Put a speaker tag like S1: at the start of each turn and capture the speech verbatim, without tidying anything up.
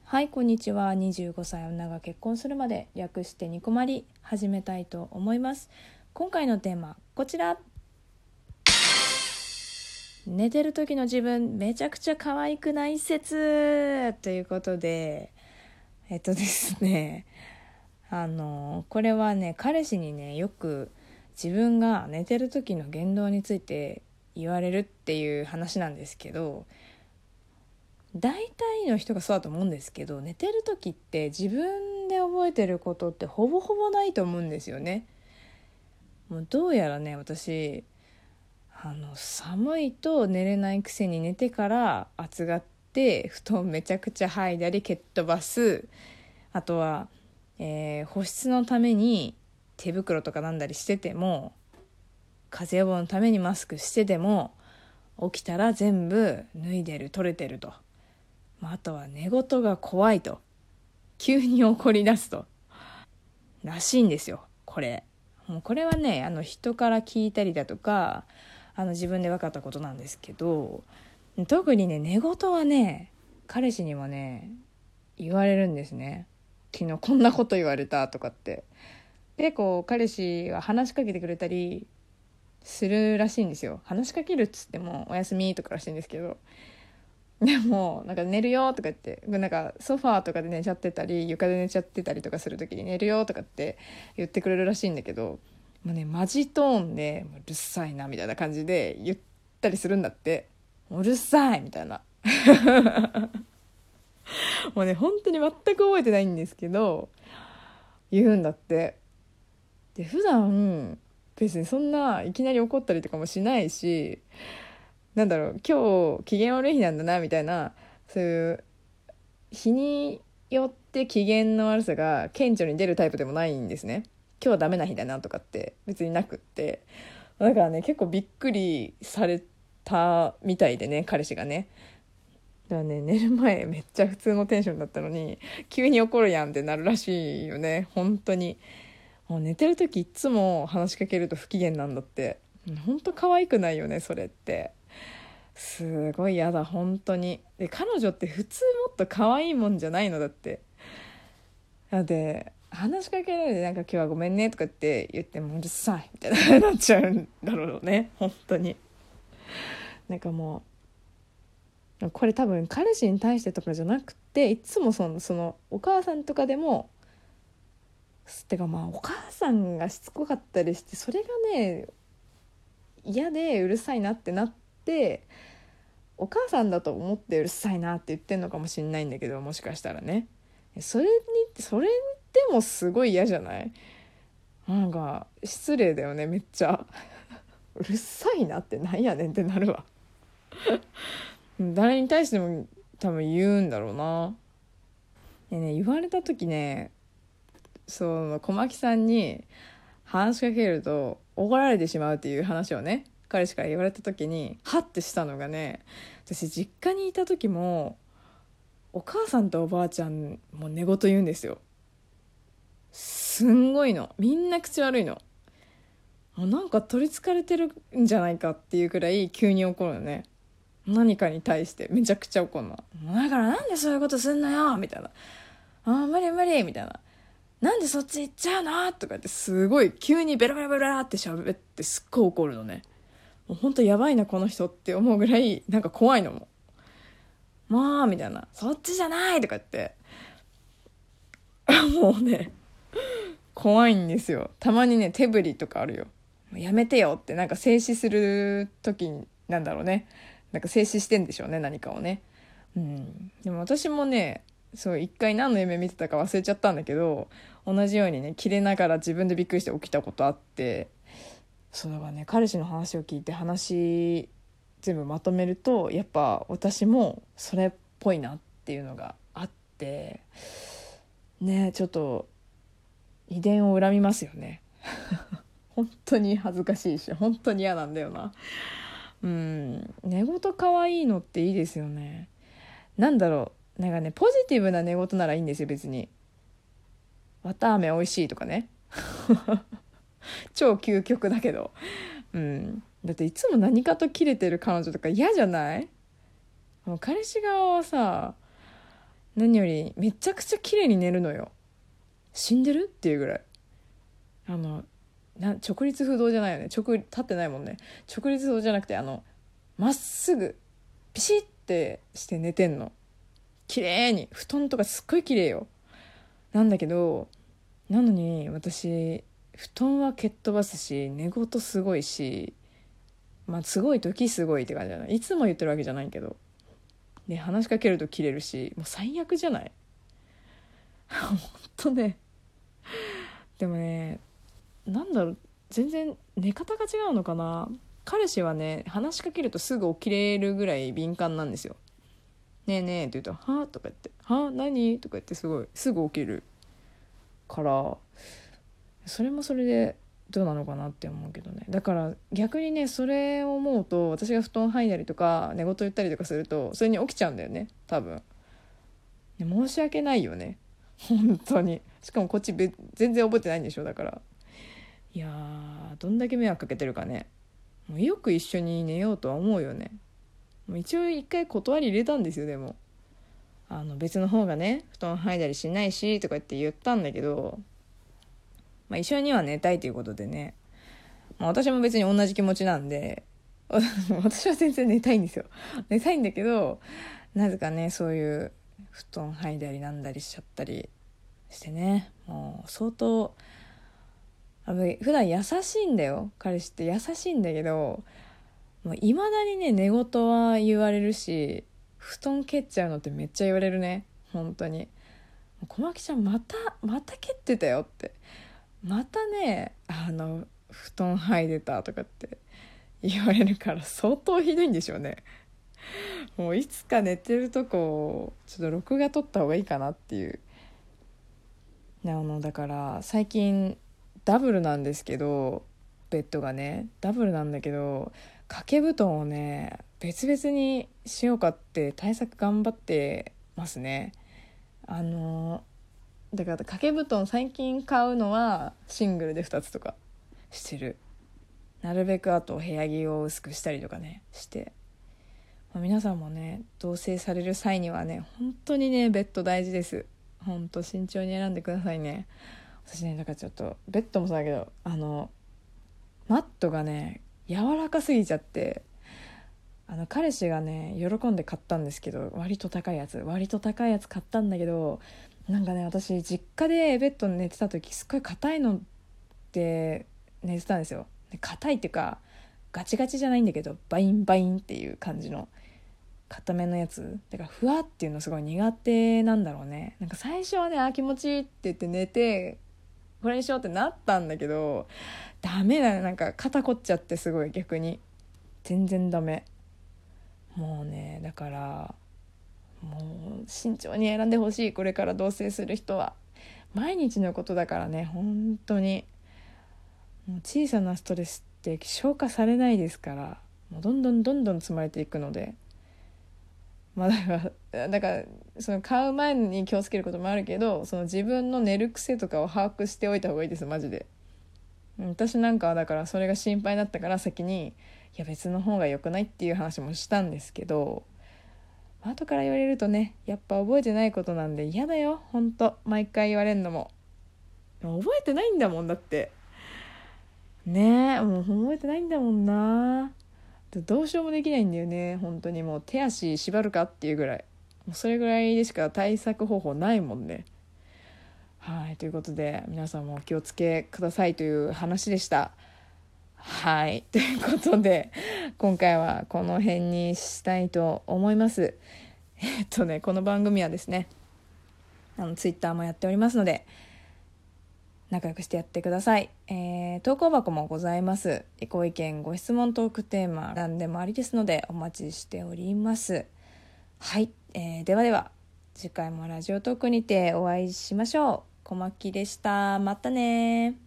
S1: はい、こんにちは。にじゅうごさい女が結婚するまで、略してニコマリ始めたいと思います。今回のテーマこちら。寝てる時の自分めちゃくちゃ可愛くない説ということで、えっとですねあのこれはね、彼氏にねよく自分が寝てる時の言動について言われるっていう話なんですけど、大体の人がそうだと思うんですけど、寝てる時って自分で覚えてることってほぼほぼないと思うんですよね。もうどうやらね、私あの寒いと寝れないくせに寝てから暑がって布団めちゃくちゃ剥いだり蹴っ飛ばす、あとは、えー保湿のために手袋とかなんだりしてても、風邪予防のためにマスクしてても、起きたら全部脱いでる取れてると、あとは寝言が怖いと、急に怒り出すとらしいんですよ。これもうこれはね、あの人から聞いたりだとか、あの自分で分かったことなんですけど、特にね寝言はね、彼氏にもね言われるんですね。昨日こんなこと言われたとかって。結構彼氏が話しかけてくれたりするらしいんですよ。話しかけるっつってもおやすみとからしいんですけど、でもなんか寝るよとか言って、なんかソファーとかで寝ちゃってたり床で寝ちゃってたりとかする時に寝るよとかって言ってくれるらしいんだけど、もうねマジトーンでうるさいなみたいな感じで言ったりするんだって。うるさいみたいなもうね本当に全く覚えてないんですけど言うんだって。で普段別にそんないきなり怒ったりとかもしないし、なんだろう、今日機嫌悪い日なんだなみたいな、そういう日によって機嫌の悪さが顕著に出るタイプでもないんですね。今日はダメな日だなとかって別になくって、だからね結構びっくりされたみたいでね、彼氏がね。だからね、寝る前めっちゃ普通のテンションだったのに急に怒るやんってなるらしいよね。本当にもう寝てる時いつも話しかけると不機嫌なんだって。本当可愛くないよねそれって。すごい嫌だ本当に。で彼女って普通もっと可愛いもんじゃないのだって。だって話しかけられてなんか今日はごめんねとかって言ってもうるさいみたいななっちゃうんだろうね本当に。なんかもうこれ多分彼氏に対してとかじゃなくて、いつもそのそのお母さんとかでも、てかまあお母さんがしつこかったりして、それがね嫌でうるさいなってなって、お母さんだと思ってうるさいなって言ってんのかもしんないんだけど、もしかしたらね、それにそれでもすごい嫌じゃない？なんか失礼だよねめっちゃうるさいなってなんやねんってなるわ誰に対しても多分言うんだろうな。でね、言われた時ね、その小牧さんに話しかけると怒られてしまうっていう話をね、彼氏から言われた時にハッてしたのがね、私実家にいた時もお母さんとおばあちゃんも寝言言うんですよ。すんごいの、みんな口悪いの。もうなんか取りつかれてるんじゃないかっていうくらい急に怒るのね。何かに対してめちゃくちゃ怒るの。だからなんでそういうことすんのよみたいな、あー無理無理みたいな、なんでそっち行っちゃうのとか言って、すごい急にベラベラベラって喋ってすっごい怒るのね。もうほんとやばいなこの人って思うぐらいなんか怖いのも。もうみたいな、そっちじゃないとか言ってもうね怖いんですよ。たまにね手振りとかあるよ。やめてよって、なんか静止する時になんだろうね、なんか静止してんでしょうね何かをね。うん、でも私もね、そう一回何の夢見てたか忘れちゃったんだけど、同じようにね切れながら自分でびっくりして起きたことあって、それはね彼氏の話を聞いて話全部まとめると、やっぱ私もそれっぽいなっていうのがあってね、ちょっと遺伝を恨みますよね本当に恥ずかしいし本当に嫌なんだよな。うん、寝言可愛いのっていいですよね。なんだろう、なんかねポジティブな寝言ならいいんですよ別に。綿あめ美味しいとかね超究極だけど、うん、だっていつも何かとキレてる彼女とか嫌じゃない？もう彼氏側はさ、 何よりめちゃくちゃ綺麗に寝るのよ。死んでるっていうぐらい、あのな直立不動じゃないよね、直立ってないもんね。直立不動じゃなくて、あのまっすぐピシッてして寝てんの。綺麗に布団とかすっごい綺麗よ。なんだけど、なのに私布団は蹴っ飛ばすし、寝言すごいし、まあすごい時すごいって感じじゃない。いつも言ってるわけじゃないけど、で話しかけると切れるし、もう最悪じゃない。ほんとね。でもね、なんだろう、全然寝方が違うのかな。彼氏はね、話しかけるとすぐ起きれるぐらい敏感なんですよ。ねえねえって言うと、はぁとか言って、はぁ何とか言ってすごいすぐ起きるから、それもそれでどうなのかなって思うけどね。だから逆にね、それを思うと、私が布団剥いだりとか寝言言ったりとかすると、それに起きちゃうんだよね、多分。申し訳ないよね、本当に。しかもこっちべ全然覚えてないんでしょ。だから、いやー、どんだけ迷惑かけてるかね。もうよく一緒に寝ようとは思うよね。もう一応一回断り入れたんですよ。でもあの別の方がね、布団剥いだりしないしとか言って言ったんだけど、まあ、一緒には寝たいということでね、まあ、私も別に同じ気持ちなんで私は全然寝たいんですよ。寝たいんだけど、なぜかね、そういう布団剥いだりなんだりしちゃったりしてね、もう相当、あの普段優しいんだよ、彼氏って優しいんだけど、いまだにね寝言は言われるし、布団蹴っちゃうのってめっちゃ言われるね、本当に。小牧ちゃんまたまた蹴ってたよって、またね、あの布団剥いでたとかって言われるから、相当ひどいんでしょうね。もういつか寝てるとこちょっと録画撮った方がいいかなっていう。あのだから最近ダブルなんですけど、ベッドがねダブルなんだけど、掛け布団をね別々にしようかって対策頑張ってますね。あのだから掛け布団最近買うのはシングルでふたつとかしてる。なるべくあと部屋着を薄くしたりとかねして、まあ、皆さんもね同棲される際にはね、本当にねベッド大事です。本当慎重に選んでくださいね。私ね、だからちょっとベッドもそうだけど、あのマットがね柔らかすぎちゃって、あの彼氏がね喜んで買ったんですけど、割と高いやつ割と高いやつ買ったんだけど、なんかね、私実家でベッドに寝てた時すっごい硬いので寝てたんですよ。硬いっていうかガチガチじゃないんだけど、バインバインっていう感じの硬めのやつだから、ふわっていうのすごい苦手なんだろうね。なんか最初はね、あ気持ちいいって言って寝てこれにしようってなったんだけど、ダメだね、なんか肩凝っちゃって、すごい逆に全然ダメ。もうね、だからもう慎重に選んでほしい、これから同棲する人は。毎日のことだからね、本当にもう小さなストレスって消化されないですから、もうどんどんどんどん積まれていくので、まあだからだからその買う前に気をつけることもあるけど、その自分の寝る癖とかを把握しておいた方がいいです、マジで。私なんかはだからそれが心配だったから、先にいや別の方が良くないっていう話もしたんですけど、後から言われるとね、やっぱ覚えてないことなんで嫌だよ、ほんと毎回言われんのも。でも覚えてないんだもんだってねえ、もう覚えてないんだもんな。どうしようもできないんだよね、本当に。もう手足縛るかっていうぐらい、もうそれぐらいでしか対策方法ないもんね。はい、ということで皆さんもお気をつけくださいという話でした。はい、ということで今回はこの辺にしたいと思います。えっとねこの番組はですね、あのツイッターもやっておりますので仲良くしてやってください。えー、投稿箱もございます。ご意見ご質問トークテーマ何でもありですのでお待ちしております。はい、えー、ではでは次回もラジオトークにてお会いしましょう。小牧でした。またね。